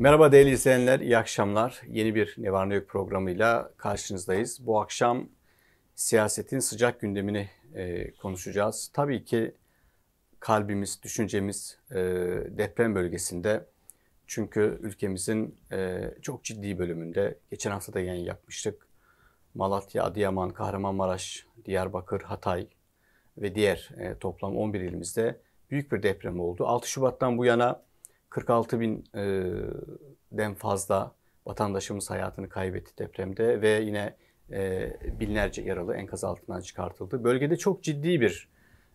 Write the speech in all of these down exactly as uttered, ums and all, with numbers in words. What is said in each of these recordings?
Merhaba değerli izleyenler, iyi akşamlar. Yeni bir Ne Var Ne Yok programıyla karşınızdayız. Bu akşam siyasetin sıcak gündemini e, konuşacağız. Tabii ki kalbimiz, düşüncemiz e, deprem bölgesinde. Çünkü ülkemizin e, çok ciddi bölümünde, geçen hafta da yayın yapmıştık. Malatya, Adıyaman, Kahramanmaraş, Diyarbakır, Hatay ve diğer e, toplam on bir ilimizde büyük bir deprem oldu. altı Şubat'tan bu yana kırk altı binden fazla vatandaşımız hayatını kaybetti depremde ve yine e, binlerce yaralı enkaz altından çıkartıldı. Bölgede çok ciddi bir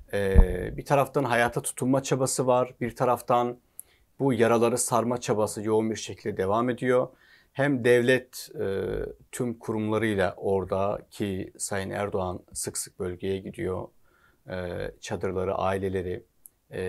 e, bir taraftan hayata tutunma çabası var, bir taraftan bu yaraları sarma çabası yoğun bir şekilde devam ediyor. Hem devlet e, tüm kurumlarıyla orada ki Sayın Erdoğan sık sık bölgeye gidiyor. E, çadırları, aileleri e,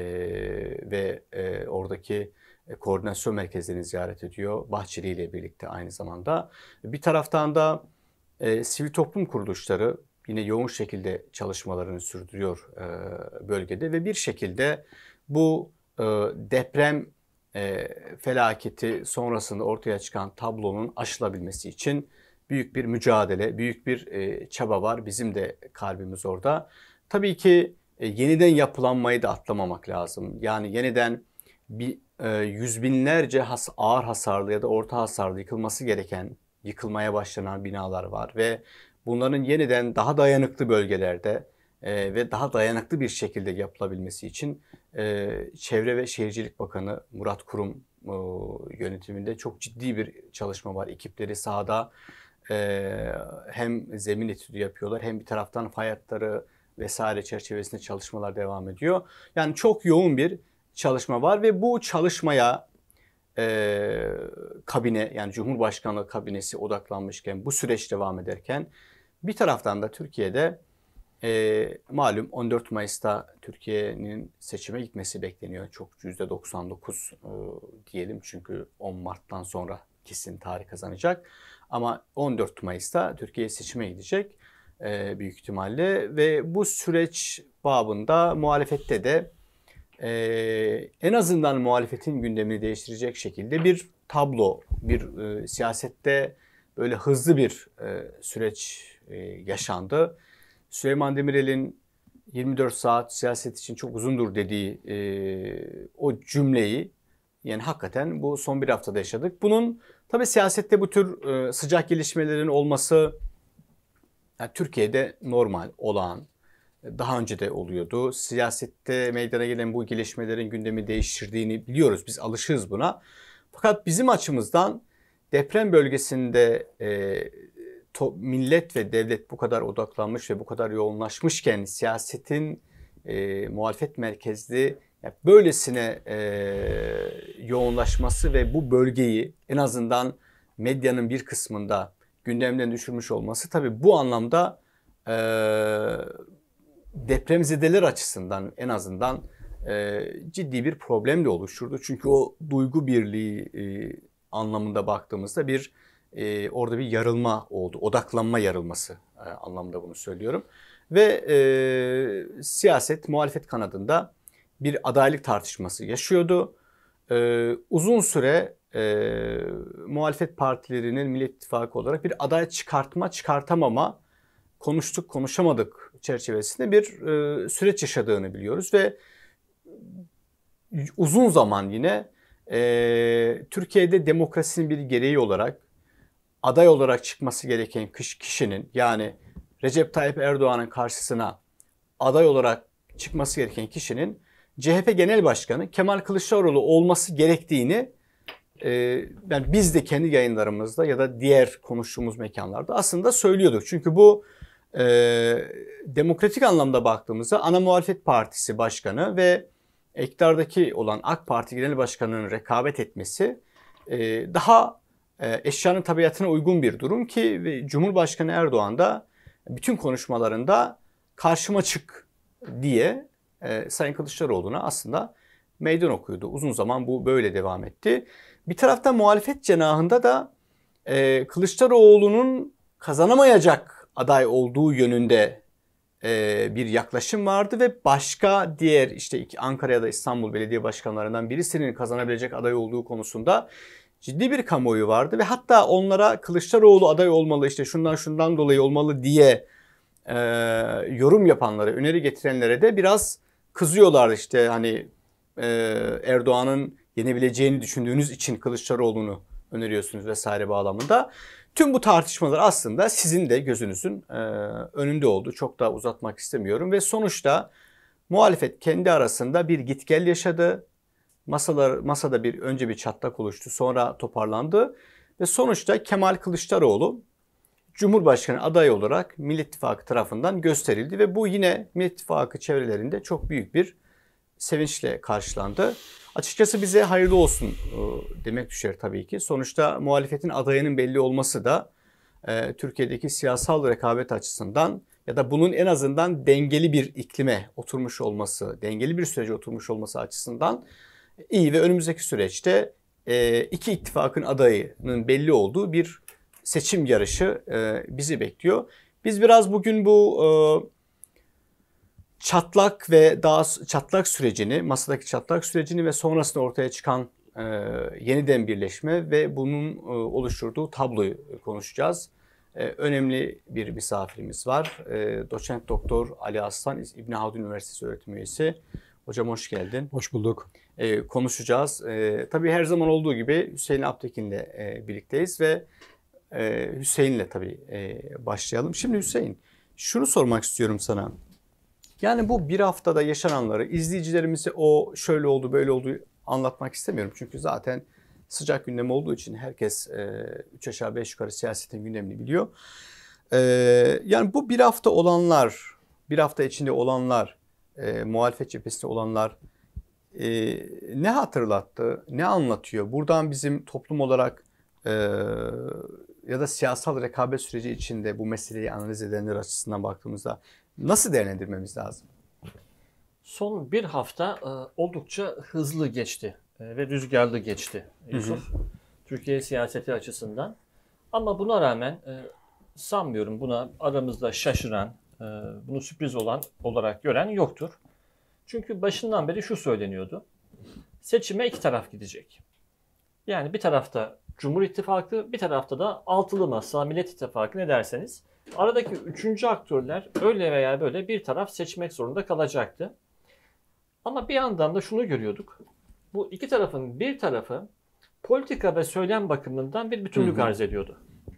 ve e, oradaki e, koordinasyon merkezlerini ziyaret ediyor. Bahçeli ile birlikte aynı zamanda. Bir taraftan da e, sivil toplum kuruluşları yine yoğun şekilde çalışmalarını sürdürüyor e, bölgede ve bir şekilde bu e, deprem e, felaketi sonrasında ortaya çıkan tablonun aşılabilmesi için büyük bir mücadele, büyük bir e, çaba var. Bizim de kalbimiz orada. Tabii ki e, yeniden yapılanmayı da atlamamak lazım. Yani yeniden bir e, yüz binlerce has, ağır hasarlı ya da orta hasarlı yıkılması gereken, yıkılmaya başlanan binalar var ve bunların yeniden daha dayanıklı bölgelerde e, ve daha dayanıklı bir şekilde yapılabilmesi için e, Çevre ve Şehircilik Bakanı Murat Kurum e, yönetiminde çok ciddi bir çalışma var. Ekipleri sahada e, hem zemin etüdü yapıyorlar hem bir taraftan fay hatları vesaire çerçevesinde çalışmalar devam ediyor. Yani çok yoğun bir çalışma var ve bu çalışmaya e, kabine yani Cumhurbaşkanlığı kabinesi odaklanmışken bu süreç devam ederken bir taraftan da Türkiye'de e, malum on dört Mayıs'ta Türkiye'nin seçime gitmesi bekleniyor. Çok yüzde doksan dokuz e, diyelim çünkü on Mart'tan sonra kesin tarih kazanacak. Ama on dört Mayıs'ta Türkiye seçime gidecek e, büyük ihtimalle ve bu süreç babında muhalefette de e, en azından muhalefetin gündemini değiştirecek şekilde bir tablo, bir e, siyasette böyle hızlı bir e, süreç e, yaşandı. Süleyman Demirel'in yirmi dört saat siyaset için çok uzundur dediği e, o cümleyi yani hakikaten bu son bir haftada yaşadık. Bunun tabii siyasette bu tür e, sıcak gelişmelerin olması yani Türkiye'de normal, olağan. Daha önce de oluyordu. Siyasette meydana gelen bu gelişmelerin gündemi değiştirdiğini biliyoruz. Biz alışığız buna. Fakat bizim açımızdan deprem bölgesinde e, to, millet ve devlet bu kadar odaklanmış ve bu kadar yoğunlaşmışken siyasetin e, muhalefet merkezli yani böylesine e, yoğunlaşması ve bu bölgeyi en azından medyanın bir kısmında gündemden düşürmüş olması tabii bu anlamda e, depremzedeler açısından en azından e, ciddi bir problem de oluşturdu. Çünkü o duygu birliği e, anlamında baktığımızda bir e, orada bir yarılma oldu. Odaklanma yarılması e, anlamında bunu söylüyorum. Ve e, siyaset muhalefet kanadında bir adaylık tartışması yaşıyordu. E, uzun süre e, muhalefet partilerinin Millet İttifakı olarak bir aday çıkartma çıkartamama konuştuk konuşamadık çerçevesinde bir e, süreç yaşadığını biliyoruz ve uzun zaman yine e, Türkiye'de demokrasinin bir gereği olarak aday olarak çıkması gereken kişinin yani Recep Tayyip Erdoğan'ın karşısına aday olarak çıkması gereken kişinin C H P Genel Başkanı Kemal Kılıçdaroğlu olması gerektiğini e, yani biz de kendi yayınlarımızda ya da diğer konuştuğumuz mekanlarda aslında söylüyorduk. Çünkü bu e, demokratik anlamda baktığımızda ana muhalefet partisi başkanı ve iktidardaki olan AK Parti Genel Başkanı'nın rekabet etmesi e, daha e, eşyanın tabiatına uygun bir durum ki ve Cumhurbaşkanı Erdoğan da bütün konuşmalarında karşıma çık diye e, Sayın Kılıçdaroğlu'na aslında meydan okuyordu. Uzun zaman bu böyle devam etti. Bir taraftan muhalefet cenahında da e, Kılıçdaroğlu'nun kazanamayacak aday olduğu yönünde e, bir yaklaşım vardı ve başka diğer işte Ankara ya da İstanbul belediye başkanlarından birisinin kazanabilecek aday olduğu konusunda ciddi bir kamuoyu vardı ve hatta onlara Kılıçdaroğlu aday olmalı, işte şundan şundan dolayı olmalı diye e, yorum yapanlara, öneri getirenlere de biraz kızıyorlar. İşte hani e, Erdoğan'ın yenebileceğini düşündüğünüz için Kılıçdaroğlu'nu öneriyorsunuz vesaire bağlamında. Tüm bu tartışmalar aslında sizin de gözünüzün e, önünde oldu. Çok da uzatmak istemiyorum ve sonuçta muhalefet kendi arasında bir git gel yaşadı. Masalar, masada bir önce bir çatlak oluştu, sonra toparlandı ve sonuçta Kemal Kılıçdaroğlu Cumhurbaşkanı adayı olarak Millet İttifakı tarafından gösterildi ve bu yine Millet İttifakı çevrelerinde çok büyük bir sevinçle karşılandı. Açıkçası bize hayırlı olsun demek düşer tabii ki. Sonuçta muhalefetin adayının belli olması da e, Türkiye'deki siyasal rekabet açısından ya da bunun en azından dengeli bir iklime oturmuş olması, dengeli bir sürece oturmuş olması açısından iyi ve önümüzdeki süreçte e, iki ittifakın adayının belli olduğu bir seçim yarışı e, bizi bekliyor. Biz biraz bugün bu e, çatlak ve daha çatlak sürecini, masadaki çatlak sürecini ve sonrasında ortaya çıkan e, yeniden birleşme ve bunun e, oluşturduğu tabloyu konuşacağız. E, önemli bir misafirimiz var. E, Doçent Doktor Ali Aslan, İbn Haldun Üniversitesi öğretim üyesi. Hocam hoş geldin. Hoş bulduk. E, konuşacağız. E, tabii her zaman olduğu gibi Hüseyin Aptekin'le e, birlikteyiz ve e, Hüseyin'le tabii e, başlayalım. Şimdi Hüseyin, şunu sormak istiyorum sana. Yani bu bir haftada yaşananları izleyicilerimize o şöyle oldu böyle oldu anlatmak istemiyorum. Çünkü zaten sıcak gündem olduğu için herkes e, üç aşağı beş yukarı siyasetin gündemini biliyor. E, yani bu bir hafta olanlar, bir hafta içinde olanlar, e, muhalefet cephesinde olanlar e, ne hatırlattı, ne anlatıyor? Buradan bizim toplum olarak e, ya da siyasal rekabet süreci içinde bu meseleyi analiz edenler açısından baktığımızda nasıl değerlendirmemiz lazım? Son bir hafta e, oldukça hızlı geçti e, ve rüzgarlı geçti Yusuf. Hı hı. Türkiye siyaseti açısından. Ama buna rağmen e, sanmıyorum buna aramızda şaşıran, e, bunu sürpriz olan olarak gören yoktur. Çünkü başından beri şu söyleniyordu. Seçime iki taraf gidecek. Yani bir tarafta Cumhur İttifakı, bir tarafta da altılı masa, Millet İttifakı ne derseniz. Aradaki üçüncü aktörler öyle veya böyle bir taraf seçmek zorunda kalacaktı. Ama bir yandan da şunu görüyorduk. Bu iki tarafın bir tarafı politika ve söylem bakımından bir bütünlük hı hı. arz ediyordu.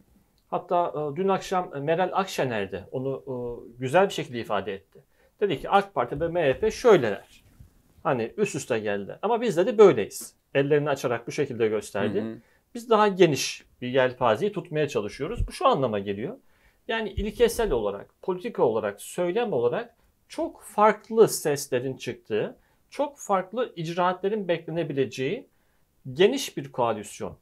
Hatta dün akşam Meral Akşener de onu güzel bir şekilde ifade etti. Dedi ki AK Parti ve M H P şöyleler. Hani üst üste geldi. Ama biz de böyleyiz. Ellerini açarak bu şekilde gösterdi. Hı hı. Biz daha geniş bir yelpazeyi tutmaya çalışıyoruz. Bu şu anlama geliyor. Yani ilkesel olarak, politika olarak, söylem olarak çok farklı seslerin çıktığı, çok farklı icraatlerin beklenebileceği geniş bir koalisyon.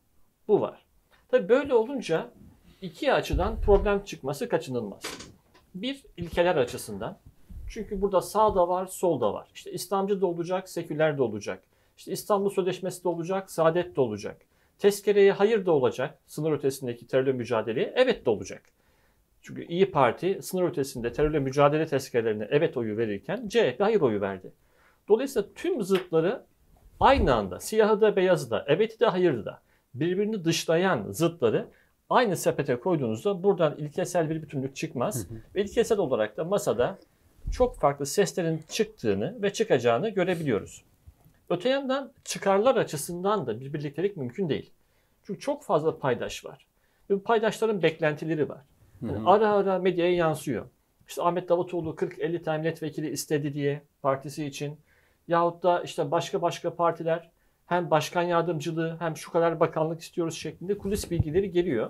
Bu var. Tabii böyle olunca iki açıdan problem çıkması kaçınılmaz. Bir, ilkeler açısından. Çünkü burada sağ da var, sol da var. İşte İslamcı da olacak, seküler de olacak. İşte İstanbul Sözleşmesi de olacak, Saadet de olacak. Tezkereye hayır da olacak, sınır ötesindeki terörle mücadeleye evet de olacak. Çünkü İyi Parti sınır ötesinde terörle mücadele tezkerelerine evet oyu verirken C H P hayır oyu verdi. Dolayısıyla tüm zıtları aynı anda, siyahı da beyazı da, eveti de hayırı da, birbirini dışlayan zıtları aynı sepete koyduğunuzda buradan ilkesel bir bütünlük çıkmaz. Hı hı. Ve ilkesel olarak da masada çok farklı seslerin çıktığını ve çıkacağını görebiliyoruz. Öte yandan çıkarlar açısından da bir birliktelik mümkün değil. Çünkü çok fazla paydaş var. Ve bu paydaşların beklentileri var. Yani ara ara medyaya yansıyor. İşte Ahmet Davutoğlu kırk elli tane milletvekili istedi diye partisi için. Yahut da işte başka başka partiler hem başkan yardımcılığı hem şu kadar bakanlık istiyoruz şeklinde kulis bilgileri geliyor.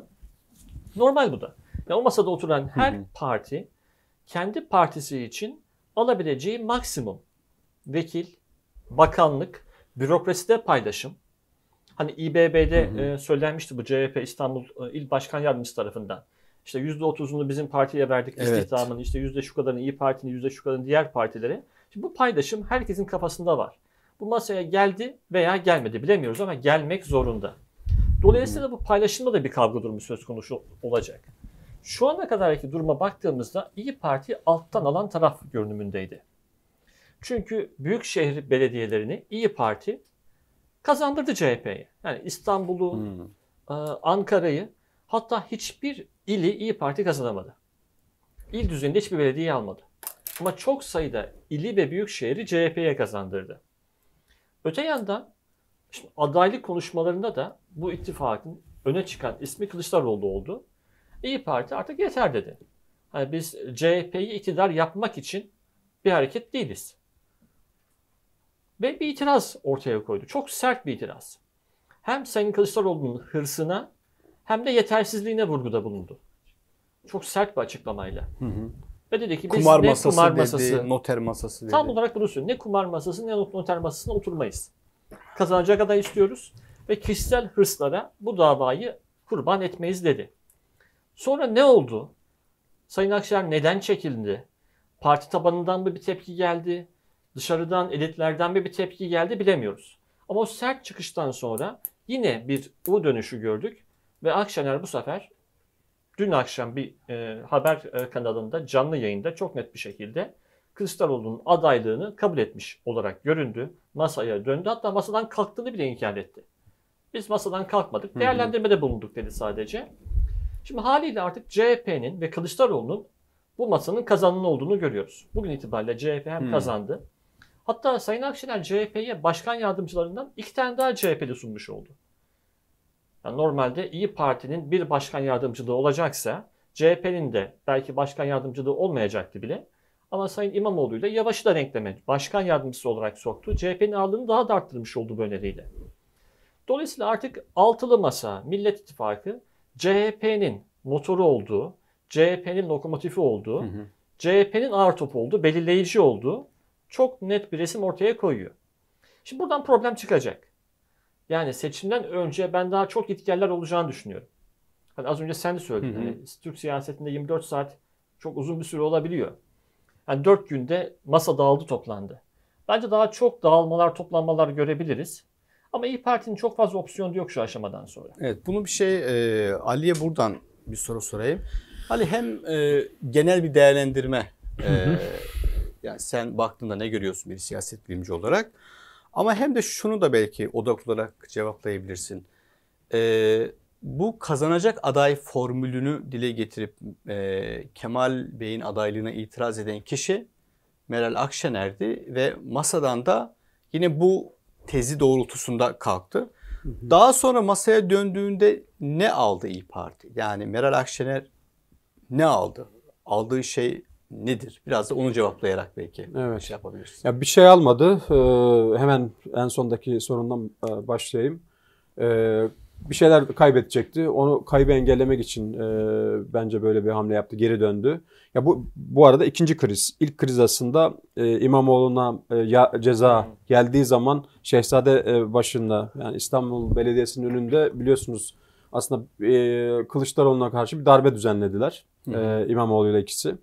Normal bu da. Yani o masada oturan her hı hı. parti kendi partisi için alabileceği maksimum vekil, bakanlık, bürokraside paylaşım. Hani İ B B'de hı hı. E, söylenmişti bu C H P İstanbul e, İl Başkan Yardımcısı tarafından. İşte yüzde otuzunu bizim partiye verdik evet. istihdamını, işte yüzde şu kadarını İyi Parti'nin, yüzde şu kadarını diğer partilere. Şimdi bu paylaşım herkesin kafasında var. Bu masaya geldi veya gelmedi bilemiyoruz ama gelmek zorunda. Dolayısıyla bu paylaşımda da bir kavga durumu söz konusu olacak. Şu ana kadarki duruma baktığımızda İyi Parti alttan alan taraf görünümündeydi. Çünkü büyükşehir belediyelerini İyi Parti kazandırdı C H P'ye. Yani İstanbul'u, Hmm. e, Ankara'yı, hatta hiçbir ili İyi Parti kazanamadı. İl düzeyinde hiçbir belediye almadı. Ama çok sayıda ili ve büyük şehri C H P'ye kazandırdı. Öte yandan şimdi adaylık konuşmalarında da bu ittifakın öne çıkan ismi Kılıçdaroğlu oldu. İyi Parti artık yeter dedi. Yani biz C H P'yi iktidar yapmak için bir hareket değiliz. Ve bir itiraz ortaya koydu. Çok sert bir itiraz. Hem Sayın Kılıçdaroğlu'nun hırsına hem de yetersizliğine vurguda bulundu. Çok sert bir açıklamayla. Hı hı. Ve dedi ki biz Kumar ne masası kumar dedi, masası, noter masası dedi. tam olarak bunu söylüyor. Ne kumar masası ne noter masasına oturmayız. Kazanacak aday istiyoruz ve kişisel hırslara bu davayı kurban etmeyiz dedi. Sonra ne oldu? Sayın Akşener neden çekildi? Parti tabanından mı bir tepki geldi? Dışarıdan, elitlerden mi bir tepki geldi bilemiyoruz. Ama o sert çıkıştan sonra yine bir U dönüşü gördük ve Akşener bu sefer dün akşam bir e, haber e, kanalında canlı yayında çok net bir şekilde Kılıçdaroğlu'nun adaylığını kabul etmiş olarak göründü. Masaya döndü. Hatta masadan kalktığını bile inkar etti. Biz masadan kalkmadık. Değerlendirmede bulunduk dedi sadece. Şimdi haliyle artık C H P'nin ve Kılıçdaroğlu'nun bu masanın kazananı olduğunu görüyoruz. Bugün itibariyle C H P hem Hmm. kazandı. Hatta Sayın Akşener C H P'ye başkan yardımcılarından iki tane daha C H P'li sunmuş oldu. Yani normalde İyi Parti'nin bir başkan yardımcılığı olacaksa C H P'nin de belki başkan yardımcılığı olmayacaktı bile. Ama Sayın İmamoğlu ile Yavaş'ı da denkleme başkan yardımcısı olarak soktu. C H P'nin ağırlığını daha da arttırmış oldu bu öneriyle. Dolayısıyla artık altılı masa, Millet İttifakı C H P'nin motoru olduğu, C H P'nin lokomotifi olduğu, Hı hı. C H P'nin ağır topu olduğu, belirleyici olduğu çok net bir resim ortaya koyuyor. Şimdi buradan problem çıkacak. Yani seçimden önce ben daha çok gitgeller olacağını düşünüyorum. Hani az önce sen de söyledin. Hı hı. Hani Türk siyasetinde yirmi dört saat çok uzun bir süre olabiliyor. Yani dört günde masa dağıldı, toplandı. Bence daha çok dağılmalar, toplanmalar görebiliriz. Ama İYİ Parti'nin çok fazla opsiyonu yok şu aşamadan sonra. Evet, bunu bir şey e, Ali'ye buradan bir soru sorayım. Ali, hem e, genel bir değerlendirme, e, yani sen baktığında ne görüyorsun bir siyaset bilimci olarak, ama hem de şunu da belki odak olarak cevaplayabilirsin. E, bu kazanacak aday formülünü dile getirip e, Kemal Bey'in adaylığına itiraz eden kişi Meral Akşener'di ve masadan da yine bu tezi doğrultusunda kalktı. Daha sonra masaya döndüğünde ne aldı İYİ Parti? Yani Meral Akşener ne aldı? Aldığı şey nedir? Biraz da onu cevaplayarak belki Evet. şey yapabiliriz. Ya bir şey almadı. Ee, hemen en sondaki sorundan e, başlayayım. Ee, bir şeyler kaybedecekti. Onu kaybı engellemek için e, bence böyle bir hamle yaptı. Geri döndü. Ya bu bu arada ikinci kriz. İlk kriz aslında e, İmamoğlu'na e, ya, ceza geldiği zaman Şehzade e, başında, yani İstanbul Belediyesi'nin önünde biliyorsunuz aslında e, Kılıçdaroğlu'na karşı bir darbe düzenlediler. E, İmamoğlu ile ikisi.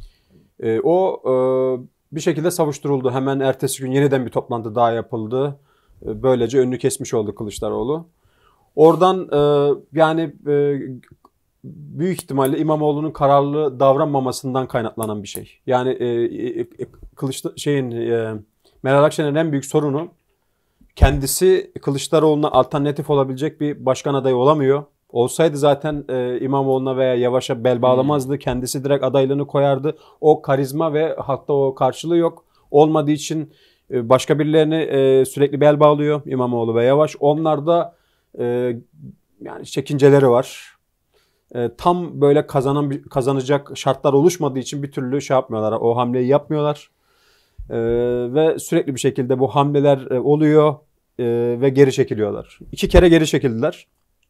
E, o e, bir şekilde savuşturuldu. Hemen ertesi gün yeniden bir toplantı daha yapıldı. E, böylece önünü kesmiş oldu Kılıçdaroğlu. Oradan e, yani e, büyük ihtimalle İmamoğlu'nun kararlı davranmamasından kaynaklanan bir şey. Yani e, e, Kılıçda, şeyin e, Meral Akşener'in en büyük sorunu, kendisi Kılıçdaroğlu'na alternatif olabilecek bir başkan adayı olamıyor. Olsaydı zaten e, İmamoğlu'na veya Yavaş'a bel bağlamazdı. Hmm. Kendisi direkt adaylığını koyardı. O karizma ve halkta o karşılığı yok. Olmadığı için e, başka birilerini e, sürekli bel bağlıyor İmamoğlu ve Yavaş. Onlar da e, yani çekinceleri var. E, tam böyle kazanan kazanacak şartlar oluşmadığı için bir türlü şey yapmıyorlar. O hamleyi yapmıyorlar. E, ve sürekli bir şekilde bu hamleler e, oluyor e, ve geri çekiliyorlar. İki kere geri çekildiler.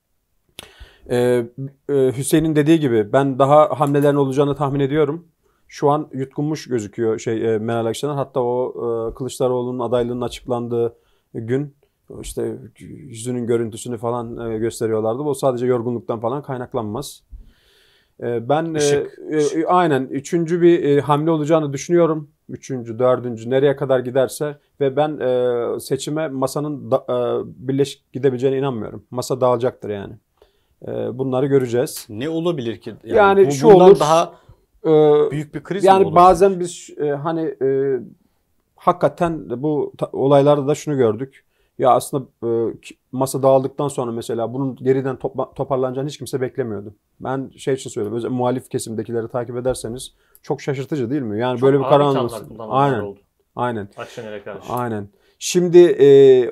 Ee, Hüseyin'in dediği gibi ben daha hamlelerin olacağını tahmin ediyorum. Şu an yutkunmuş gözüküyor şey e, Meral Akşener. Hatta o e, Kılıçdaroğlu'nun adaylığının açıklandığı gün işte yüzünün görüntüsünü falan e, gösteriyorlardı. O sadece yorgunluktan falan kaynaklanmaz. E, ben Işık. E, e, aynen üçüncü bir e, hamle olacağını düşünüyorum. Üçüncü, dördüncü nereye kadar giderse ve ben e, seçime masanın da, e, birleşik gidebileceğine inanmıyorum. Masa dağılacaktır yani. Bunları göreceğiz. Ne olabilir ki? Yani, yani bu, şu bundan olur. Daha e, büyük bir kriz yani mi olur? Bazen sanki? biz e, hani e, hakikaten bu ta, olaylarda da şunu gördük. Ya aslında e, masa dağıldıktan sonra mesela bunun geriden topla, toparlanacağını hiç kimse beklemiyordu. Ben şey için söylüyorum. Özellikle muhalif kesimdekileri takip ederseniz çok şaşırtıcı değil mi? Yani Çok böyle bir ağır karar ithamlar kullananlar Aynen. oldu. Aynen. Akşener'e karşı. Aynen. Şimdi e,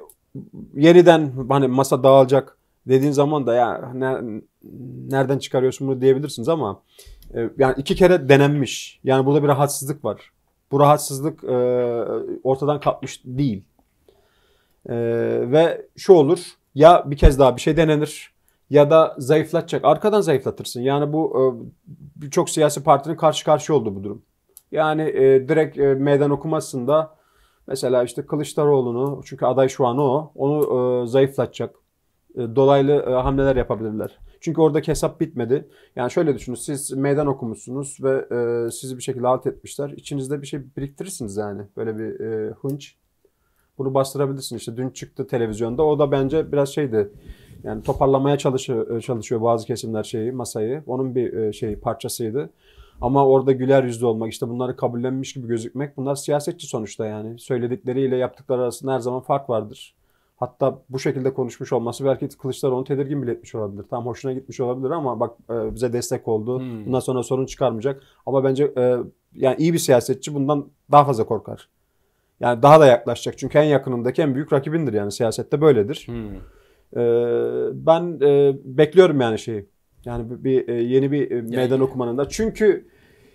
yeniden hani masa dağılacak dediğin zaman da ya ne, nereden çıkarıyorsun bunu diyebilirsiniz ama e, yani iki kere denenmiş. Yani burada bir rahatsızlık var. Bu rahatsızlık e, ortadan kalkmış değil. E, ve şu olur, ya bir kez daha bir şey denenir ya da zayıflatacak. Arkadan zayıflatırsın. Yani bu e, birçok siyasi partinin karşı karşıya olduğu bu durum. Yani e, direkt e, meydan okumazsın da mesela işte Kılıçdaroğlu'nu, çünkü aday şu an o, onu e, zayıflatacak. E, dolaylı e, hamleler yapabilirler. Çünkü oradaki hesap bitmedi. Yani şöyle düşünün, siz meydan okumuşsunuz ve e, sizi bir şekilde alt etmişler. İçinizde bir şey biriktirirsiniz yani. Böyle bir e, hınç. Bunu bastırabilirsin. İşte dün çıktı televizyonda. O da bence biraz şeydi. Yani toparlamaya çalışıyor, çalışıyor bazı kesimler şeyi, masayı. Onun bir e, şey parçasıydı. Ama orada güler yüzlü olmak, işte bunları kabullenmiş gibi gözükmek, bunlar siyasetçi sonuçta yani. Söyledikleriyle yaptıkları arasında her zaman fark vardır. Hatta bu şekilde konuşmuş olması belki Kılıçdaroğlu'nu tedirgin bile etmiş olabilir. Tam hoşuna gitmiş olabilir ama bak e, bize destek oldu. Hmm. Bundan sonra sorun çıkarmayacak. Ama bence e, yani iyi bir siyasetçi bundan daha fazla korkar. Yani daha da yaklaşacak. Çünkü en yakınındaki en büyük rakibindir yani, siyasette böyledir. Hmm. E, ben e, bekliyorum yani şeyi. Yani bir e, yeni bir e, meydan yani okumanında. Çünkü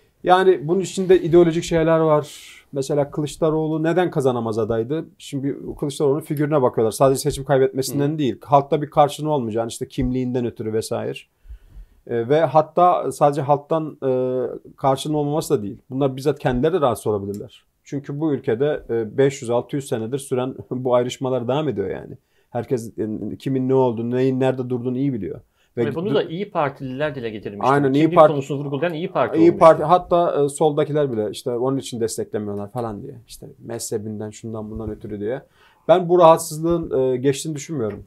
yani bunun içinde ideolojik şeyler var. Mesela Kılıçdaroğlu neden kazanamaz adaydı? Şimdi Kılıçdaroğlu'nun figürüne bakıyorlar. Sadece seçim kaybetmesinden Hı. değil. Halkta bir karşılığı olmayacağını, işte kimliğinden ötürü vesaire. E, ve hatta sadece halktan e, karşılığı olmaması da değil. Bunlar bizzat kendileri de rahatsız olabilirler. Çünkü bu ülkede e, beş yüz altı yüz senedir süren bu ayrışmalar devam ediyor yani. Herkes e, kimin ne olduğunu, neyin nerede durduğunu iyi biliyor. Ve, Ve bunu da İyi Partililer dile getirmişti. Aynen, Kimlik İyi Parti konusunu vurgulayan İyi Parti İyi olmuştu. Parti, hatta e, soldakiler bile işte onun için desteklemiyorlar falan diye. İşte mezhebinden, şundan bundan ötürü diye. Ben bu rahatsızlığın e, geçtiğini düşünmüyorum.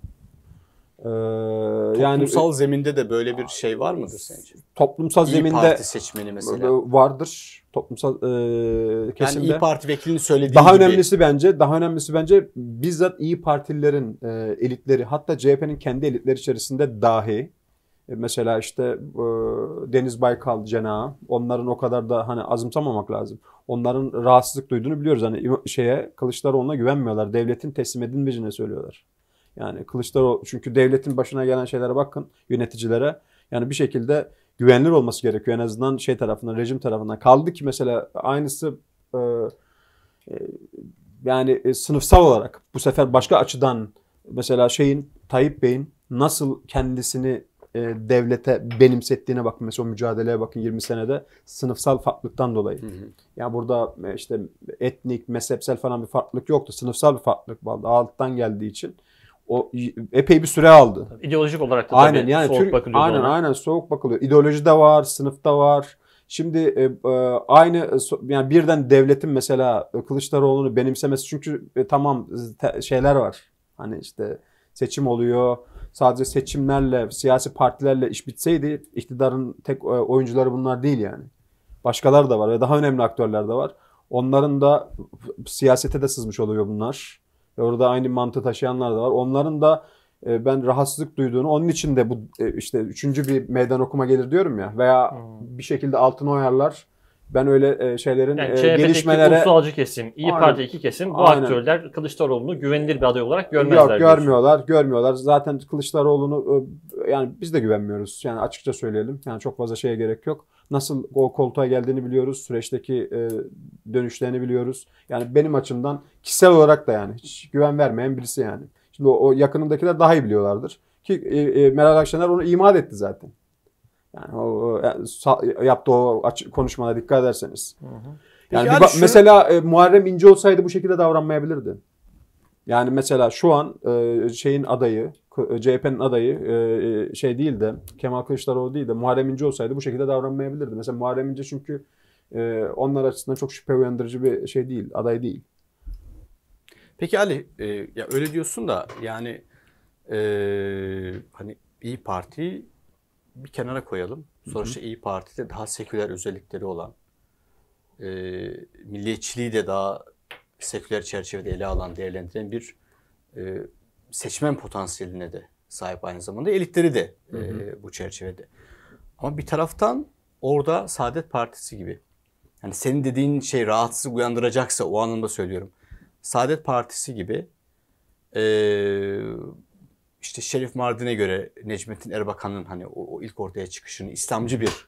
E, toplumsal yani, zeminde de böyle bir şey var mıdır sence? Toplumsal İyi zeminde Parti seçmeni mesela vardır. Toplumsal e, kesimde. Yani İyi Parti vekilinin söylediği daha gibi. önemlisi bence, daha önemlisi bence bizzat İyi Partililerin e, elitleri, hatta C H P'nin kendi elitleri içerisinde dahi, mesela işte e, Deniz Baykal cenahı, onların o kadar da hani azımsamamak lazım. Onların rahatsızlık duyduğunu biliyoruz. Hani şeye, Kılıçdaroğlu'na güvenmiyorlar. Devletin teslim edilmeyeceğini söylüyorlar. Yani Kılıçdaroğlu, çünkü devletin başına gelen şeylere bakın, yöneticilere. Yani bir şekilde güvenilir olması gerekiyor en azından şey tarafından, rejim tarafından. Kaldı ki mesela aynısı e, e, yani e, sınıfsal olarak bu sefer başka açıdan mesela şeyin, Tayyip Bey'in nasıl kendisini e, devlete benimsettiğine bakın. Mesela o mücadeleye bakın yirmi senede, sınıfsal farklılıktan dolayı. Hı hı. Yani burada işte etnik, mezhepsel falan bir farklılık yoktu. Sınıfsal bir farklılık vardı. Alttan geldiği için o epey bir süre aldı. Tabii, ideolojik olarak da aynen, tabii yani soğuk Türk, bakılıyor. Aynen ona. aynen soğuk bakılıyor. İdeoloji de var, sınıfta var. Şimdi e, e, aynı yani birden devletin mesela Kılıçdaroğlu'nu benimsemesi, çünkü e, tamam te, şeyler var. Hani işte seçim oluyor. Sadece seçimlerle, siyasi partilerle iş bitseydi, iktidarın tek oyuncuları bunlar değil yani. Başkaları da var ve daha önemli aktörler de var. Onların da siyasete de sızmış oluyor bunlar. Ve orada aynı mantığı taşıyanlar da var. Onların da e, ben rahatsızlık duyduğunu, onun için de bu e, işte üçüncü bir meydan okuma gelir diyorum ya. Veya hmm. bir şekilde altına oyarlar. Ben öyle e, şeylerin yani e, C H P'deki gelişmelere... ulusalcı kesim, İyi Parti iki kesim, bu Aynen. aktörler Kılıçdaroğlu'nu güvenilir bir aday olarak görmezler. Yok, görmüyorlar, diyorsun. görmüyorlar. Zaten Kılıçdaroğlu'nu yani biz de güvenmiyoruz. Yani açıkça söyleyelim. Yani çok fazla şeye gerek yok. Nasıl o koltuğa geldiğini biliyoruz. Süreçteki e, dönüşlerini biliyoruz. Yani benim açımdan kişisel olarak da yani hiç güven vermeyen birisi yani. Şimdi o, o yakınındakiler daha iyi biliyorlardır. Ki e, e, Meral Akşener onu imal etti zaten. Yani o, o yaptığı o açık konuşmalara dikkat ederseniz. Hı hı. Yani bir, şu... mesela e, Muharrem İnce olsaydı bu şekilde davranmayabilirdi. Yani mesela şu an e, şeyin adayı, C H P'nin adayı e, şey değil de, Kemal Kılıçdaroğlu değil de Muharrem İnce olsaydı bu şekilde davranmayabilirdi. Mesela Muharrem İnce çünkü e, onlar açısından çok şüphe uyandırıcı bir şey değil, aday değil. Peki Ali, e, ya öyle diyorsun da yani e, hani İyi Parti'yi bir kenara koyalım. Sonuçta İyi Parti'de daha seküler özellikleri olan, e, milliyetçiliği de daha seküler çerçevede ele alan, değerlendiren bir e, seçmen potansiyeline de sahip aynı zamanda. Elitleri de e, hı hı. bu çerçevede. Ama bir taraftan orada Saadet Partisi gibi. Yani senin dediğin şey rahatsızlık uyandıracaksa o anlamda söylüyorum. Saadet Partisi gibi e, işte Şerif Mardin'e göre Necmettin Erbakan'ın hani o, o ilk ortaya çıkışını İslamcı bir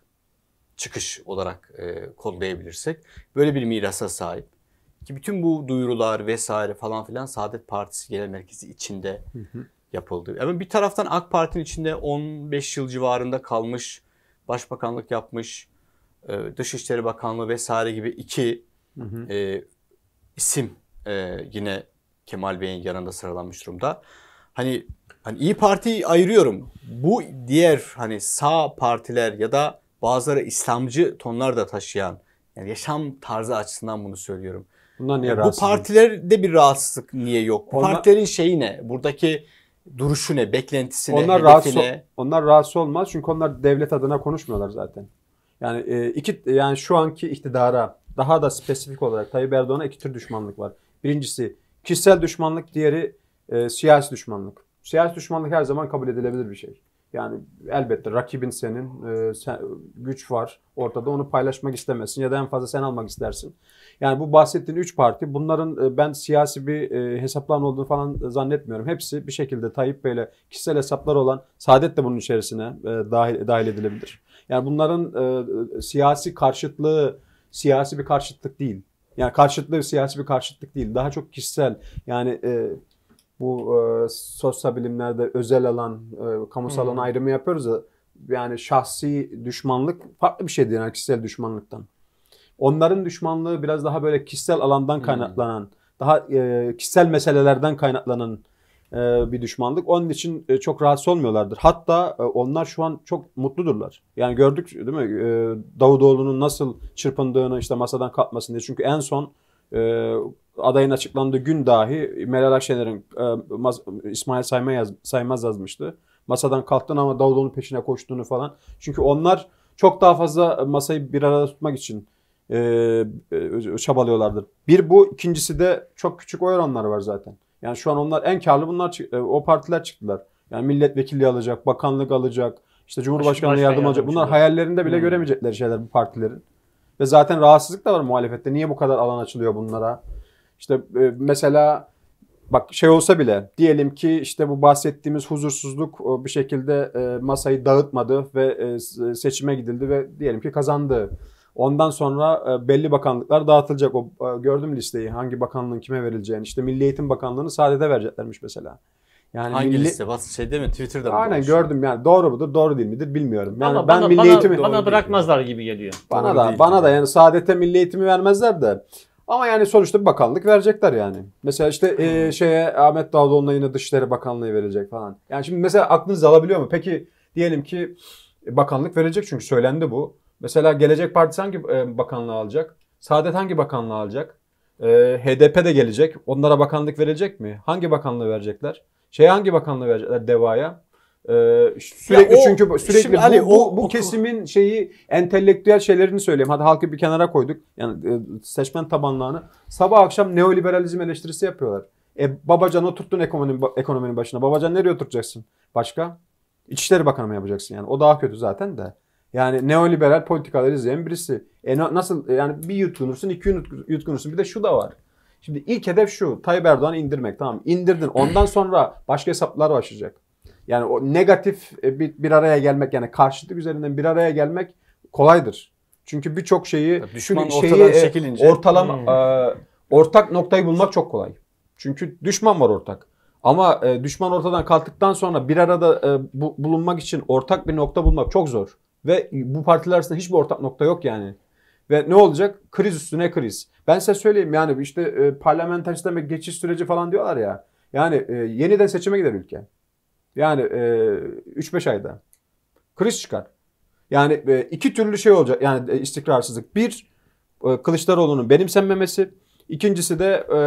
çıkış olarak e, kodlayabilirsek böyle bir mirasa sahip. Ki bütün bu duyurular vesaire falan filan Saadet Partisi Genel Merkezi içinde hı hı. yapıldı. Ama bir taraftan AK Parti'nin içinde on beş yıl civarında kalmış, başbakanlık yapmış, e, Dışişleri Bakanlığı vesaire gibi iki hı hı. E, isim e, yine Kemal Bey'in yanında sıralanmış durumda. Hani hani İyi Parti'yi ayırıyorum. Bu diğer hani sağ partiler ya da bazıları İslamcı tonlar da taşıyan, yani yaşam tarzı açısından bunu söylüyorum. Bunlar niye yani bu partilerde bir rahatsızlık niye yok? Bu onlar, partilerin şeyi ne? Buradaki duruşu ne? Beklentisi ne? Onlar rahatsız, onlar rahatsız olmaz çünkü onlar devlet adına konuşmuyorlar zaten. Yani e, iki yani şu anki iktidara daha da spesifik olarak Tayyip Erdoğan'a iki tür düşmanlık var. Birincisi kişisel düşmanlık, diğeri e, siyasi düşmanlık. Siyasi düşmanlık her zaman kabul edilebilir bir şey. Yani elbette rakibin senin, e, sen, güç var ortada, onu paylaşmak istemezsin ya da en fazla sen almak istersin. Yani bu bahsettiğin üç parti, bunların e, ben siyasi bir e, hesapların olduğunu falan zannetmiyorum. Hepsi bir şekilde Tayyip Bey'le kişisel hesaplar olan, Saadet de bunun içerisine e, dahil, dahil edilebilir. Yani bunların e, siyasi karşıtlığı, siyasi bir karşıtlık değil. Yani karşıtlığı siyasi bir karşıtlık değil. Daha çok kişisel, yani e, bu e, sosyal bilimlerde özel alan, e, kamusal alan hmm. ayrımı yapıyoruz da yani şahsi düşmanlık farklı bir şeydir yani kişisel düşmanlıktan. Onların düşmanlığı biraz daha böyle kişisel alandan kaynaklanan, hmm. daha e, kişisel meselelerden kaynaklanan e, bir düşmanlık. Onun için e, çok rahatsız olmuyorlardır. Hatta e, onlar şu an çok mutludurlar. Yani gördük değil mi? E, Davutoğlu'nun nasıl çırpındığını, işte masadan kalkmasın diye. Çünkü en son e, adayın açıklandığı gün dahi Meral Akşener'in e, İsmail Saymaz, yaz, Saymaz yazmıştı. Masadan kalktın ama Davutoğlu'nun peşine koştuğunu falan. Çünkü onlar çok daha fazla masayı bir arada tutmak için e, e, çabalıyorlardır. Bir bu, ikincisi de çok küçük oy oranları var zaten. Yani şu an onlar en karlı bunlar, o partiler çıktılar. Yani milletvekilliği alacak, bakanlık alacak, işte Cumhurbaşkanlığı yardım alacak. Bunlar hayallerinde bile hmm. göremeyecekleri şeyler bu partilerin. Ve zaten rahatsızlık da var muhalefette. Niye bu kadar alan açılıyor bunlara? İşte e, mesela bak şey olsa bile diyelim ki işte bu bahsettiğimiz huzursuzluk bir şekilde e, masayı dağıtmadı ve e, seçime gidildi ve diyelim ki kazandı. Ondan sonra e, belli bakanlıklar dağıtılacak. O e, gördüm listeyi, hangi bakanlığın kime verileceğini. İşte Milli Eğitim Bakanlığı'nı Saadet'e vereceklermiş mesela. Yani hangi milli... liste? Şey değil mi? Twitter'da mı? Aynen gördüm yani. Doğru mudur, doğru değil midir bilmiyorum. Yani ama ben bana, milli bana, eğitimi bana bırakmazlar gibi geliyor. Bana doğru da değil bana yani. da yani Saadet'e milli eğitimi vermezler de. Ama yani sonuçta bir bakanlık verecekler yani. Mesela işte hmm. e, şeye Ahmet Davutoğlu'na yine Dışişleri Bakanlığı verecek falan. Yani şimdi mesela aklınız alabiliyor mu? Peki diyelim ki bakanlık verecek çünkü söylendi bu. Mesela Gelecek Partisi hangi e, bakanlığı alacak? Saadet hangi bakanlığı alacak? E, H D P de gelecek. Onlara bakanlık verecek mi? Hangi bakanlığı verecekler? Şey hangi bakanlığı verecekler? DEVA'ya? Ee, sürekli o, çünkü sürekli bu, Ali, bu, bu o, kesimin şeyi entelektüel şeylerini söyleyeyim. Hadi halkı bir kenara koyduk. Yani e, seçmen tabanlarını sabah akşam neoliberalizm eleştirisi yapıyorlar. E Babacan oturttun ekonominin ekonominin başına. Babacan nereye oturtacaksın? Başka? İçişleri Bakanı mı yapacaksın yani? O daha kötü zaten de. Yani neoliberal politikaları izleyen birisi. E nasıl yani bir yutkunursun, iki yutkunursun. Bir de şu da var. Şimdi ilk hedef şu. Tayyip Erdoğan'ı indirmek. Tamam, indirdin. Ondan sonra başka hesaplar başlayacak. Yani o negatif bir, bir araya gelmek, yani karşıtlık üzerinden bir araya gelmek kolaydır. Çünkü birçok şeyi düşman şeyi, ortadan çekilince ortalama hmm. e, ortak noktayı bulmak çok kolay. Çünkü düşman var ortak. Ama e, düşman ortadan kalktıktan sonra bir arada e, bu, bulunmak için ortak bir nokta bulmak çok zor. Ve bu partiler arasında hiçbir ortak nokta yok yani. Ve ne olacak? Kriz üstüne kriz. Ben size söyleyeyim yani işte e, parlamenter sisteme geçiş süreci falan diyorlar ya. Yani e, yeniden seçime gider ülke. Yani e, üç beş ayda kriz çıkar. Yani e, iki türlü şey olacak yani e, istikrarsızlık. Bir, e, Kılıçdaroğlu'nun benimsenmemesi. İkincisi de e,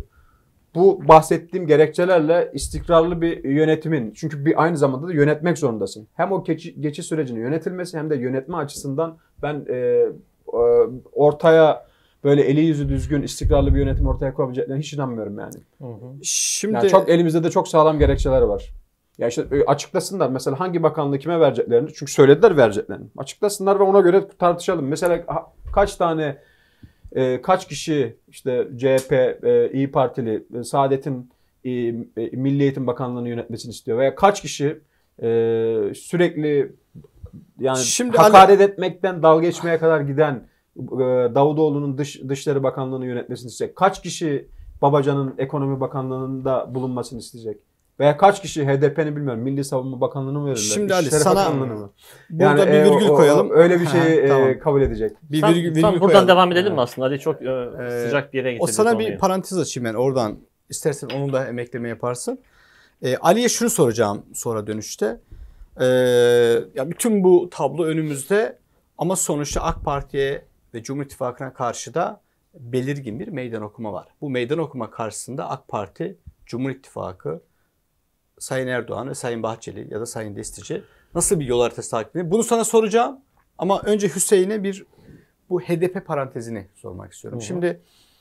bu bahsettiğim gerekçelerle istikrarlı bir yönetimin. Çünkü bir aynı zamanda da yönetmek zorundasın. Hem o geçiş, geçiş sürecinin yönetilmesi hem de yönetme açısından ben e, e, ortaya böyle eli yüzü düzgün, istikrarlı bir yönetim ortaya koyabileceklerine hiç inanmıyorum yani. Hı hı. Şimdi Yani çok elimizde de çok sağlam gerekçeler var. Ya işte açıklasınlar mesela hangi bakanlığı kime vereceklerini. Çünkü söylediler vereceklerini. Açıklasınlar ve ona göre tartışalım. Mesela kaç tane e, kaç kişi işte C H P, e, İyi Partili, e, Saadet'in e, e, Milli Eğitim Bakanlığı'nı yönetmesini istiyor veya kaç kişi e, sürekli yani Şimdi hakaret Ali... etmekten dalga geçmeye kadar giden e, Davutoğlu'nun dış, Dışişleri Bakanlığı'nı yönetmesini isteyecek. Kaç kişi Babacan'ın Ekonomi Bakanlığı'nda bulunmasını isteyecek? Veya kaç kişi H D P'ni bilmiyorum Milli Savunma Bakanlığı'nı mı verirler? Şimdi Ali İçişleri sana Bakanlığı'nı mı? burada Yani, bir virgül e, o, koyalım. O, öyle bir şey ha, tamam. e, kabul edecek. Bir Tam, virgül, virgül tam buradan koyalım. devam edelim mi aslında? Ali çok e, sıcak bir yere getirdi. O sana konuyu. bir parantez açayım ben oradan. İstersen onun da emekleme yaparsın. E, Ali'ye şunu soracağım sonra dönüşte. E, ya bütün bu tablo önümüzde ama sonuçta AK Parti'ye ve Cumhur İttifakı'na karşı da belirgin bir meydan okuma var. Bu meydan okuma karşısında AK Parti, Cumhur İttifakı, Sayın Erdoğan ve Sayın Bahçeli ya da Sayın Destici nasıl bir yol haritası takip ediyor? Bunu sana soracağım ama önce Hüseyin'e bir bu H D P parantezini sormak istiyorum. Hı hı. Şimdi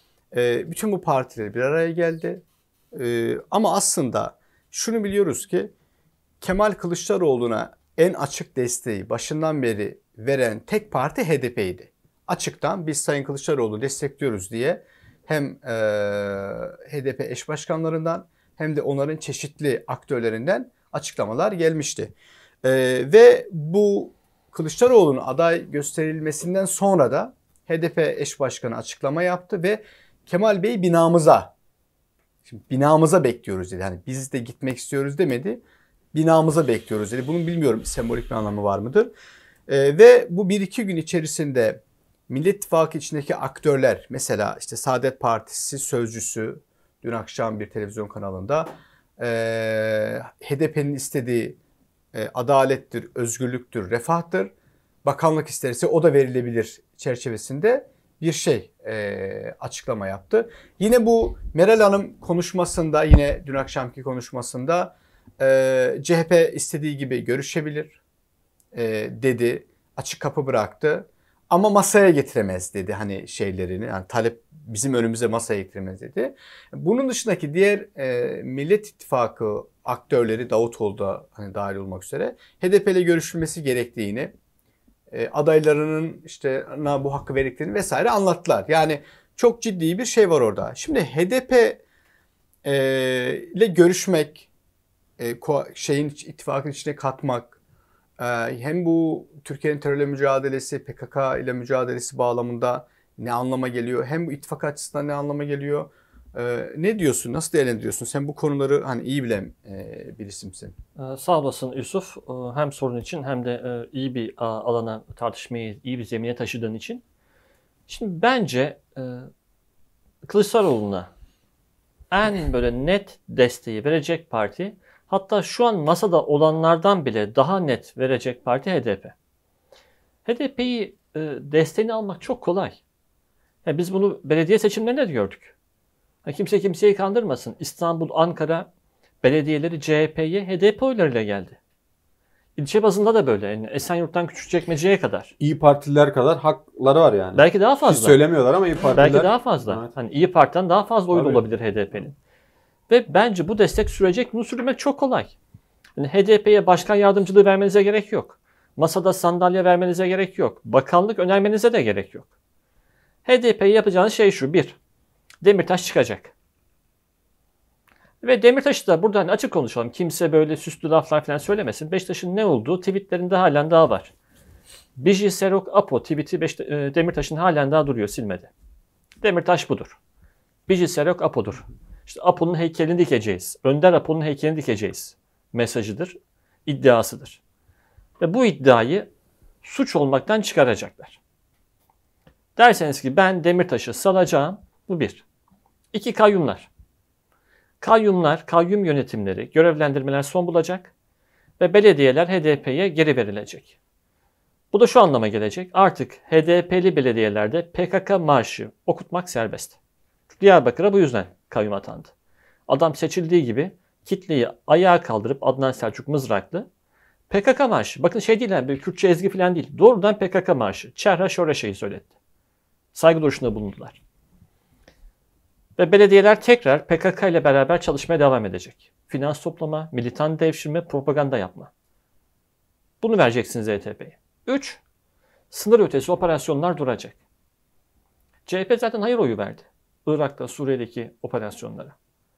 e, bütün bu partiler bir araya geldi e, ama aslında şunu biliyoruz ki Kemal Kılıçdaroğlu'na en açık desteği başından beri veren tek parti H D P'ydi. Açıktan biz Sayın Kılıçdaroğlu'nu destekliyoruz diye hem e, H D P eş başkanlarından hem de onların çeşitli aktörlerinden açıklamalar gelmişti. E, ve bu Kılıçdaroğlu'nun aday gösterilmesinden sonra da H D P eş başkanı açıklama yaptı ve Kemal Bey binamıza, şimdi binamıza bekliyoruz dedi. Hani biz de gitmek istiyoruz demedi. Binamıza bekliyoruz dedi. Bunun bilmiyorum sembolik bir anlamı var mıdır? Ee, ve bu bir iki gün içerisinde Millet İttifakı içindeki aktörler, mesela işte Saadet Partisi sözcüsü dün akşam bir televizyon kanalında e, H D P'nin istediği e, adalettir, özgürlüktür, refahtır. Bakanlık isterse o da verilebilir çerçevesinde bir şey e, açıklama yaptı. Yine bu Meral Hanım konuşmasında, yine dün akşamki konuşmasında e, C H P istediği gibi görüşebilir e, dedi. Açık kapı bıraktı. Ama masaya getiremez dedi hani şeylerini. Yani talep bizim önümüze masaya getiremez dedi. Bunun dışındaki diğer e, Millet İttifakı aktörleri Davutoğlu da hani dahil olmak üzere H D P ile görüşülmesi gerektiğini, e, adaylarının işte bu hakkı verdiklerini vesaire anlattılar. Yani çok ciddi bir şey var orada. Şimdi H D P e, ile görüşmek, e, şeyin ittifakın içine katmak, e, hem bu Türkiye'nin terörle mücadelesi, P K K ile mücadelesi bağlamında ne anlama geliyor? Hem bu ittifak açısından ne anlama geliyor? Ee, ne diyorsun? Nasıl değerlendiriyorsun? Sen bu konuları hani iyi bilen e, bir isimsin. Ee, sağ olasın Yusuf. Ee, hem sorun için hem de e, iyi bir a, alana tartışmayı, iyi bir zemine taşıdığın için. Şimdi bence e, Kılıçdaroğlu'na en böyle net desteği verecek parti, hatta şu an masada olanlardan bile daha net verecek parti H D P. H D P'yi e, desteğini almak çok kolay. Yani biz bunu belediye seçimlerinde de gördük. Yani kimse kimseyi kandırmasın. İstanbul, Ankara belediyeleri C H P'ye H D P oylarıyla geldi. İlçe bazında da böyle. Yani Esenyurt'tan Küçükçekmece'ye kadar. İyi Partililer kadar hakları var yani. Belki daha fazla. Hiç söylemiyorlar ama İyi Partililer. Belki daha fazla. Evet. Hani İyi Parti'den daha fazla oy olabilir H D P'nin. Ve bence bu destek sürecek. Bunu sürdürmek çok kolay. Yani H D P'ye başkan yardımcılığı vermenize gerek yok. Masada sandalye vermenize gerek yok. Bakanlık önermenize de gerek yok. H D P'ye yapacağınız şey şu. Bir, Demirtaş çıkacak. Ve Demirtaş'ı da buradan açık konuşalım. Kimse böyle süslü laflar falan söylemesin. Beşiktaş'ın ne olduğu tweetlerinde halen daha var. Biji Serok Apo tweeti Beşiktaş, Demirtaş'ın halen daha duruyor, silmedi. Demirtaş budur. Biji Serok Apo'dur. İşte Apo'nun heykelini dikeceğiz. Önder Apo'nun heykelini dikeceğiz mesajıdır, iddiasıdır. Ve bu iddiayı suç olmaktan çıkaracaklar. Derseniz ki ben Demirtaş'ı salacağım, bu bir. İki, kayyumlar. Kayyumlar, kayyum yönetimleri, görevlendirmeler son bulacak ve belediyeler H D P'ye geri verilecek. Bu da şu anlama gelecek. Artık H D P'li belediyelerde P K K maaşı okutmak serbest. Diyarbakır'a bu yüzden kayyum atandı. Adam seçildiği gibi kitleyi ayağa kaldırıp Adnan Selçuk Mızraklı P K K maaşı. Bakın şey değil yani, bir Kürtçe ezgi falan değil. Doğrudan P K K maaşı. Çerha Şoreşe'yi söyletti. Saygı duruşunda bulundular. Ve belediyeler tekrar P K K ile beraber çalışmaya devam edecek. Finans toplama, militan devşirme, propaganda yapma. Bunu vereceksiniz H D P'ye. Üç, sınır ötesi operasyonlar duracak. C H P zaten hayır oyu verdi. Irak'ta, Suriye'deki operasyonlara.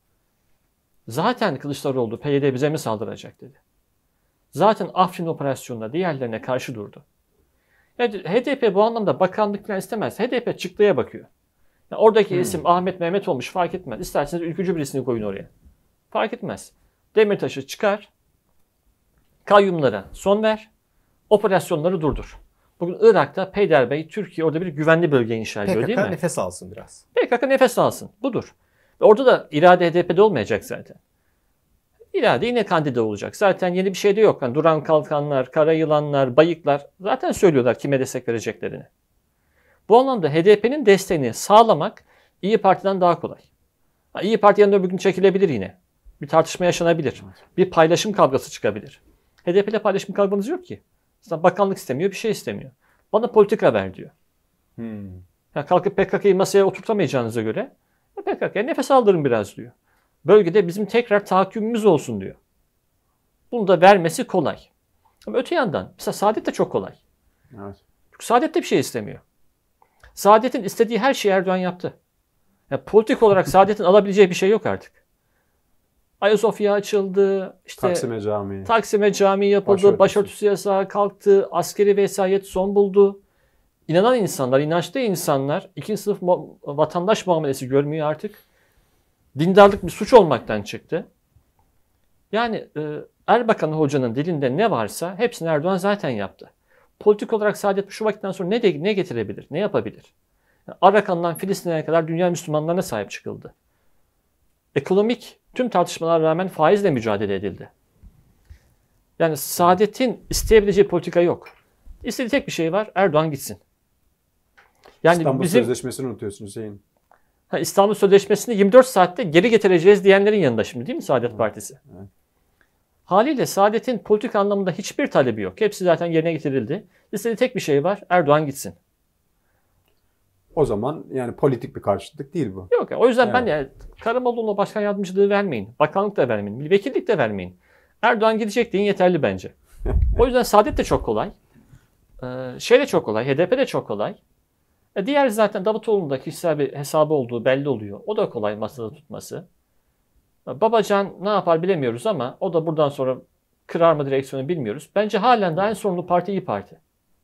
Zaten Kılıçdaroğlu P Y D bize mi saldıracak dedi. Zaten Afrin operasyonunda diğerlerine karşı durdu. Yani H D P bu anlamda bakanlık falan istemez. H D P çıktıya bakıyor. Yani oradaki hmm. isim Ahmet Mehmet olmuş fark etmez. İsterseniz ülkücü birisini koyun oraya. Fark etmez. Demirtaş'ı çıkar, kayyumlara son ver, operasyonları durdur. Bugün Irak'ta Peyderbey, Türkiye orada bir güvenli bölge inşa ediyor değil mi? P K K nefes alsın biraz. P K K nefes alsın. Budur. Ve orada da irade H D P'de olmayacak zaten. İrade yine kandida olacak. Zaten yeni bir şey de yok. Yani duran kalkanlar, kara yılanlar, bayıklar zaten söylüyorlar kime destek vereceklerini. Bu anlamda H D P'nin desteğini sağlamak İYİ Parti'den daha kolay. İYİ Parti yanında öbür gün çekilebilir yine. Bir tartışma yaşanabilir. Bir paylaşım kavgası çıkabilir. H D P ile paylaşım kavganız yok ki. Zaten bakanlık istemiyor, bir şey istemiyor. Bana politika ver diyor. Hmm. Yani kalkıp P K K'yı masaya oturtamayacağınıza göre P K K'ya nefes aldırın biraz diyor. Bölgede bizim tekrar tahakkümümüz olsun diyor. Bunu da vermesi kolay. Ama öte yandan mesela Saadet de çok kolay. Evet. Çünkü Saadet de bir şey istemiyor. Saadet'in istediği her şeyi Erdoğan yaptı. Yani politik olarak Saadet'in alabileceği bir şey yok artık. Ayasofya açıldı. İşte Taksim'e Camii. Taksim'e Camii yapıldı. Başörtüsü. Başörtüsü yasağı kalktı. Askeri vesayet son buldu. İnanan insanlar, inançlı insanlar ikinci sınıf vatandaş muamelesi görmüyor artık. Dindarlık bir suç olmaktan çıktı. Yani e, Erbakan Hoca'nın dilinde ne varsa hepsini Erdoğan zaten yaptı. Politik olarak Saadet şu vakitten sonra ne, de, ne getirebilir, ne yapabilir? Yani Arakan'dan Filistin'e kadar dünya Müslümanlarına sahip çıkıldı. Ekonomik tüm tartışmalara rağmen faizle mücadele edildi. Yani Saadet'in isteyebileceği politika yok. İstediği tek bir şey var, Erdoğan gitsin. Yani İstanbul bizim, Sözleşmesi'ni unutuyorsun Hüseyin. Ha, İstanbul Sözleşmesi'ni yirmi dört saatte geri getireceğiz diyenlerin yanında şimdi değil mi Saadet evet. Partisi? Evet. Haliyle Saadet'in politik anlamında hiçbir talebi yok. Hepsi zaten yerine getirildi. İstediği tek bir şey var, Erdoğan gitsin. O zaman yani politik bir karşıtlık değil bu. Yok. O yüzden evet. ben yani Karamollaoğlu'na başkan yardımcılığı vermeyin. Bakanlık da vermeyin. Vekillik de vermeyin. Erdoğan gidecek deyin yeterli bence. O yüzden Saadet de çok kolay. Ee, şey de çok kolay. H D P de çok kolay. E diğer zaten Davutoğlu'nun da kişisel bir hesabı olduğu belli oluyor. O da kolay masada tutması. Babacan ne yapar bilemiyoruz ama o da buradan sonra kırar mı direksiyonu bilmiyoruz. Bence halen de en sorumlu parti İYİ Parti.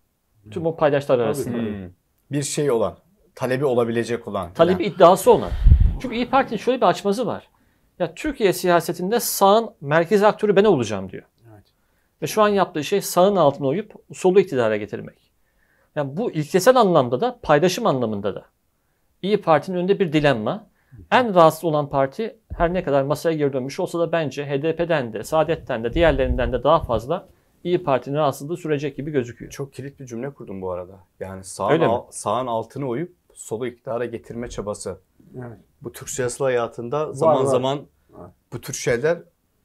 Tüm o paydaşlar arasında. Hmm. Bir şey olan, talebi olabilecek olan. Talebi yani. iddiası olan. Çünkü İYİ Parti'nin şöyle bir açmazı var. Ya Türkiye siyasetinde sağın merkez aktörü ben olacağım diyor. Evet. Ve şu an yaptığı şey sağın altına oyup solu iktidara getirmek. Yani bu ilkesel anlamda da paylaşım anlamında da İYİ Parti'nin önünde bir dilemma. En rahatsız olan parti her ne kadar masaya geri dönmüş olsa da bence H D P'den de, Saadet'ten de, diğerlerinden de daha fazla İYİ Parti'nin rahatsızlığı sürecek gibi gözüküyor. Çok kilit bir cümle kurdum bu arada. Yani sağın, al, sağın altını oyup solu iktidara getirme çabası. Evet. Bu Türk siyasal hayatında zaman var, var. zaman evet. bu tür şeyler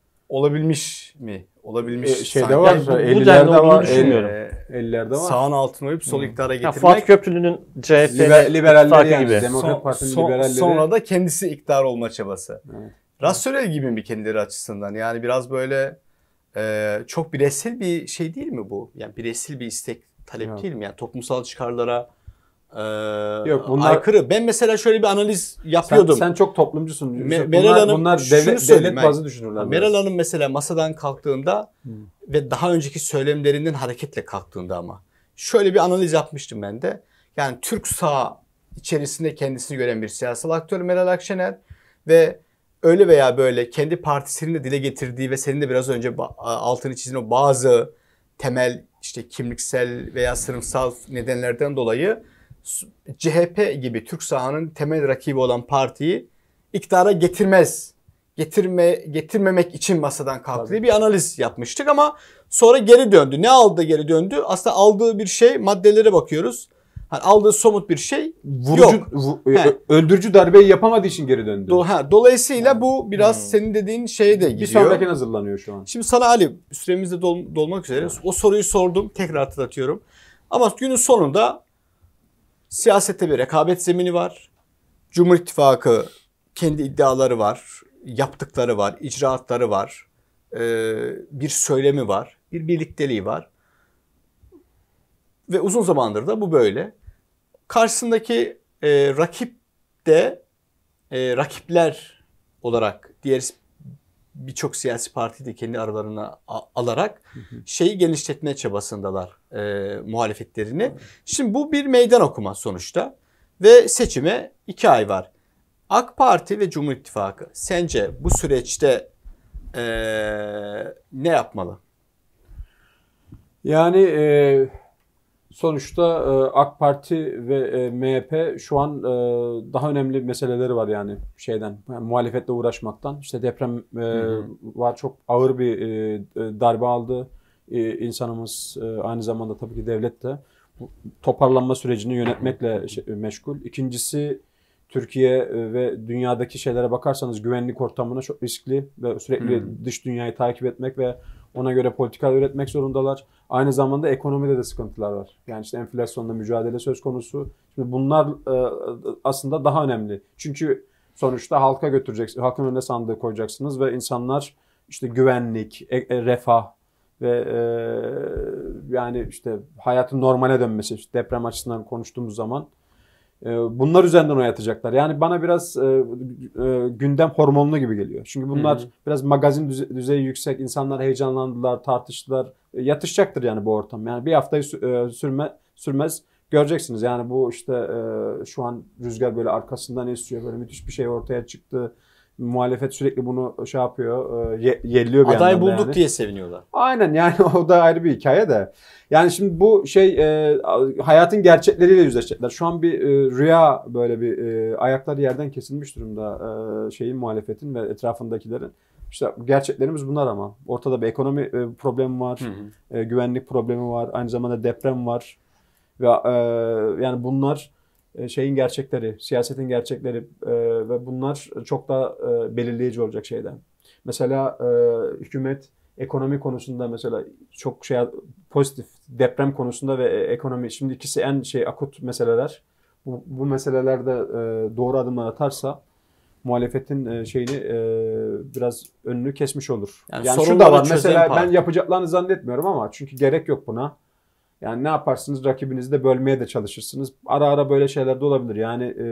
olabilmiş mi? Olabilmiş. E, şeyde var. Yani bu, ellilerde var. Düşünmüyorum. ellilerde var. Sağın altını oyup sol iktidara getirmek. Fuat Köprülü'nün C H P'li Liber, liberalleri yani. gibi. Demokrat Parti'nin son, liberalleri. Sonra da kendisi iktidar olma çabası. Evet. Rasyonel gibi mi kendileri açısından? Yani biraz böyle e, çok bireysel bir şey değil mi bu? Yani bireysel bir istek, talep evet. değil mi? Yani toplumsal çıkarlara Ee, Yok, bunlar, aykırı. Ben mesela şöyle bir analiz yapıyordum. Sen, sen çok toplumcusun. Me- bunlar Hanım, bunlar devlet, devlet bazı düşünürler. Meral Hanım mesela masadan kalktığında hmm. ve daha önceki söylemlerinden hareketle kalktığında ama şöyle bir analiz yapmıştım ben de. Yani Türk sağ içerisinde kendisini gören bir siyasal aktör Meral Akşener ve öyle veya böyle kendi partisinin de dile getirdiği ve senin de biraz önce altını çizdiğin o bazı temel işte kimliksel veya sınıfsal nedenlerden dolayı C H P gibi Türk sağının temel rakibi olan partiyi iktidara getirmez, getirme getirmemek için masadan kalktı diye bir analiz yapmıştık ama sonra geri döndü. Ne aldı geri döndü? Aslında aldığı bir şey, maddelere bakıyoruz. Hani aldığı somut bir şey Vurucu, yok. Vu, öldürücü darbeyi yapamadığı için geri döndü. Do, ha, dolayısıyla yani. bu biraz hmm. senin dediğin şeye de gidiyor. Bir sonrakine hazırlanıyor şu an. Şimdi sana Ali, süremizde dol, dolmak üzere. Evet. O soruyu sordum, tekrar hatırlatıyorum. Ama günün sonunda Siyasette bir rekabet zemini var. Cumhur İttifakı kendi iddiaları var, yaptıkları var, icraatları var, bir söylemi var, bir birlikteliği var. Ve uzun zamandır da bu böyle. Karşısındaki e, rakip de e, rakipler olarak diğer birçok siyasi partiyi de kendi aralarına alarak şeyi genişletme çabasındalar e, muhalefetlerini. Şimdi bu bir meydan okuma sonuçta ve seçime iki ay var. AK Parti ve Cumhur İttifakı sence bu süreçte e, ne yapmalı? Yani e, sonuçta e, AK Parti ve e, M H P şu an e, daha önemli meseleleri var yani şeyden yani muhalefetle uğraşmaktan. İşte deprem e, hı hı. var, çok ağır bir e, darbe aldı e, insanımız, e, aynı zamanda tabii ki devlet de bu toparlanma sürecini yönetmekle şey, meşgul. İkincisi, Türkiye ve dünyadaki şeylere bakarsanız güvenlik ortamına çok riskli ve sürekli hmm. dış dünyayı takip etmek ve ona göre politikalar üretmek zorundalar. Aynı zamanda ekonomide de sıkıntılar var. Yani işte enflasyonla mücadele söz konusu. Şimdi bunlar e, aslında daha önemli. Çünkü sonuçta halka götüreceksiniz, halkın önüne sandığı koyacaksınız ve insanlar işte güvenlik, e, e, refah ve e, yani işte hayatın normale dönmesi, işte deprem açısından konuştuğumuz zaman bunlar üzerinden oynatacaklar. Yani bana biraz e, e, gündem hormonlu gibi geliyor. Çünkü bunlar hı hı. biraz magazin düze düzeyi yüksek. İnsanlar heyecanlandılar, tartıştılar. E, yatışacaktır yani bu ortam. Yani bir haftayı e, sürme, sürmez. Göreceksiniz yani bu işte e, şu an rüzgar böyle arkasından esiyor. Böyle müthiş bir şey ortaya çıktı. Muhalefet sürekli bunu şey yapıyor, ye, yelliyor bir aday bulduk yani. diye seviniyorlar. Aynen yani o da ayrı bir hikaye de. Yani şimdi bu şey e, hayatın gerçekleriyle yüzleşecekler. Şu an bir e, rüya böyle bir e, ayakları yerden kesilmiş durumda e, şeyin muhalefetin ve etrafındakilerin. İşte gerçeklerimiz bunlar ama. Ortada bir ekonomi e, problemi var, hı hı. E, güvenlik problemi var, aynı zamanda deprem var. Ve e, yani bunlar şeyin gerçekleri, siyasetin gerçekleri e, ve bunlar çok da e, belirleyici olacak şeyden. Mesela e, hükümet ekonomi konusunda mesela çok şey pozitif, deprem konusunda ve ekonomi, şimdi ikisi en şey akut meseleler. Bu, bu meselelerde e, doğru adımlar atarsa muhalefetin e, şeyini e, biraz önünü kesmiş olur. Yani, yani şu da var mesela, ben yapacaklarını zannetmiyorum ama çünkü gerek yok buna. Yani ne yaparsınız? Rakibinizi de bölmeye de çalışırsınız. Ara ara böyle şeyler de olabilir. Yani e,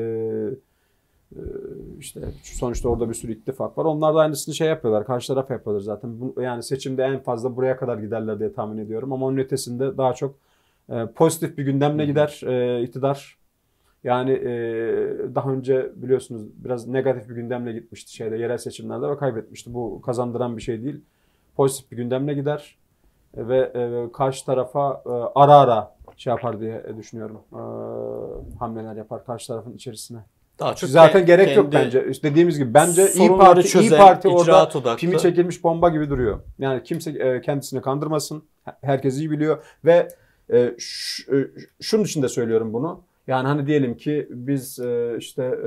e, işte sonuçta orada bir sürü ittifak var. Onlar da aynısını şey yapıyorlar. Karşı taraf yapıyorlar zaten. Bu, yani seçimde en fazla buraya kadar giderler diye tahmin ediyorum. Ama onun ötesinde daha çok e, pozitif bir gündemle gider e, iktidar. Yani e, daha önce biliyorsunuz biraz negatif bir gündemle gitmişti şeyde, yerel seçimlerde ve kaybetmişti. Bu kazandıran bir şey değil. Pozitif bir gündemle gider. Ve e, karşı tarafa e, ara ara şey yapar diye düşünüyorum. E, hamleler yapar karşı tarafın içerisine. Daha çok zaten gerek yok bence. İşte dediğimiz gibi bence İyi Parti çözen, İyi Parti orada odaklı. Pimi çekilmiş bomba gibi duruyor. Yani kimse e, kendisini kandırmasın. Herkes iyi biliyor ve e, ş, e, şunun için de söylüyorum bunu. Yani hani diyelim ki biz e, işte e,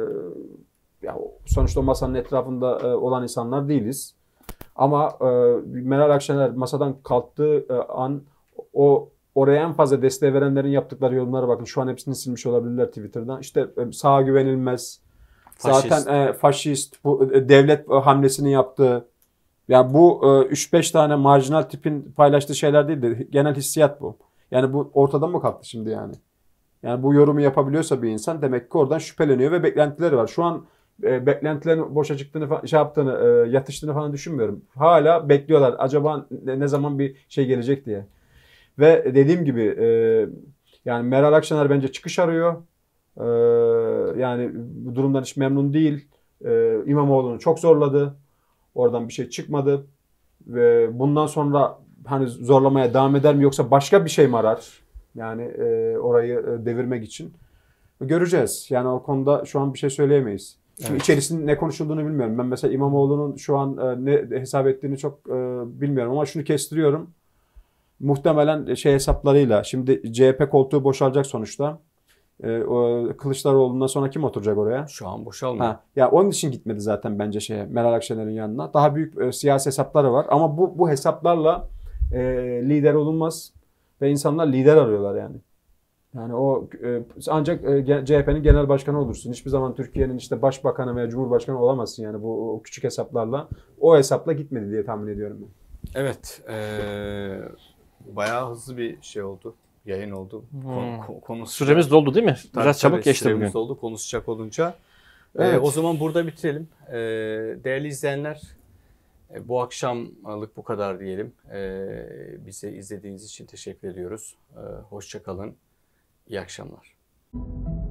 ya sonuçta o masanın etrafında e, olan insanlar değiliz. Ama e, Meral Akşener masadan kalktığı e, an o oraya en fazla desteği verenlerin yaptıkları yorumlara bakın. Şu an hepsini silmiş olabilirler Twitter'dan. İşte e, sağa güvenilmez. Faşist. Zaten e, faşist. Bu e, devlet e, hamlesini yaptığı. Yani bu e, üç beş tane marjinal tipin paylaştığı şeyler değil de genel hissiyat bu. Yani bu ortadan mı kalktı şimdi yani? Yani bu yorumu yapabiliyorsa bir insan demek ki oradan şüpheleniyor ve beklentileri var. Şu an E, beklentilerin boşa çıktığını falan, şey yaptığını, e, yatıştığını falan düşünmüyorum. Hala bekliyorlar. Acaba ne, ne zaman bir şey gelecek diye. Ve dediğim gibi e, yani Meral Akşener bence çıkış arıyor. E, yani bu durumdan hiç memnun değil. E, İmamoğlu'nu çok zorladı. Oradan bir şey çıkmadı. Ve bundan sonra hani zorlamaya devam eder mi yoksa başka bir şey mi arar? Yani e, orayı e, devirmek için. Göreceğiz. Yani o konuda şu an bir şey söyleyemeyiz. Şimdi evet. İçerisinde ne konuşulduğunu bilmiyorum. Ben mesela İmamoğlu'nun şu an e, ne hesap ettiğini çok e, bilmiyorum ama şunu kestiriyorum. Muhtemelen şey hesaplarıyla şimdi C H P koltuğu boşalacak sonuçta. E, o, Kılıçdaroğlu'ndan sonra kim oturacak oraya? Şu an boşalmıyor. Ha, ya onun için gitmedi zaten bence şeye Meral Akşener'in yanına. Daha büyük e, siyasi hesapları var ama bu bu hesaplarla e, lider olunmaz ve insanlar lider arıyorlar yani. Yani o e, ancak e, C H P'nin genel başkanı olursun. Hiçbir zaman Türkiye'nin işte başbakanı veya cumhurbaşkanı olamazsın yani bu o küçük hesaplarla. O hesapla gitmedi diye tahmin ediyorum ben. Evet. Ee, bayağı hızlı bir şey oldu. Yayın oldu. Konu, Hmm. konusu Süremiz doldu değil mi? Tabii, Biraz çabuk tabii, geçti bugün. süremiz doldu konuşacak olunca. Evet. Ee, o zaman burada bitirelim. Ee, değerli izleyenler, e, bu akşamlık bu kadar diyelim. Ee, bizi izlediğiniz için teşekkür ediyoruz. Ee, hoşça kalın. İyi akşamlar.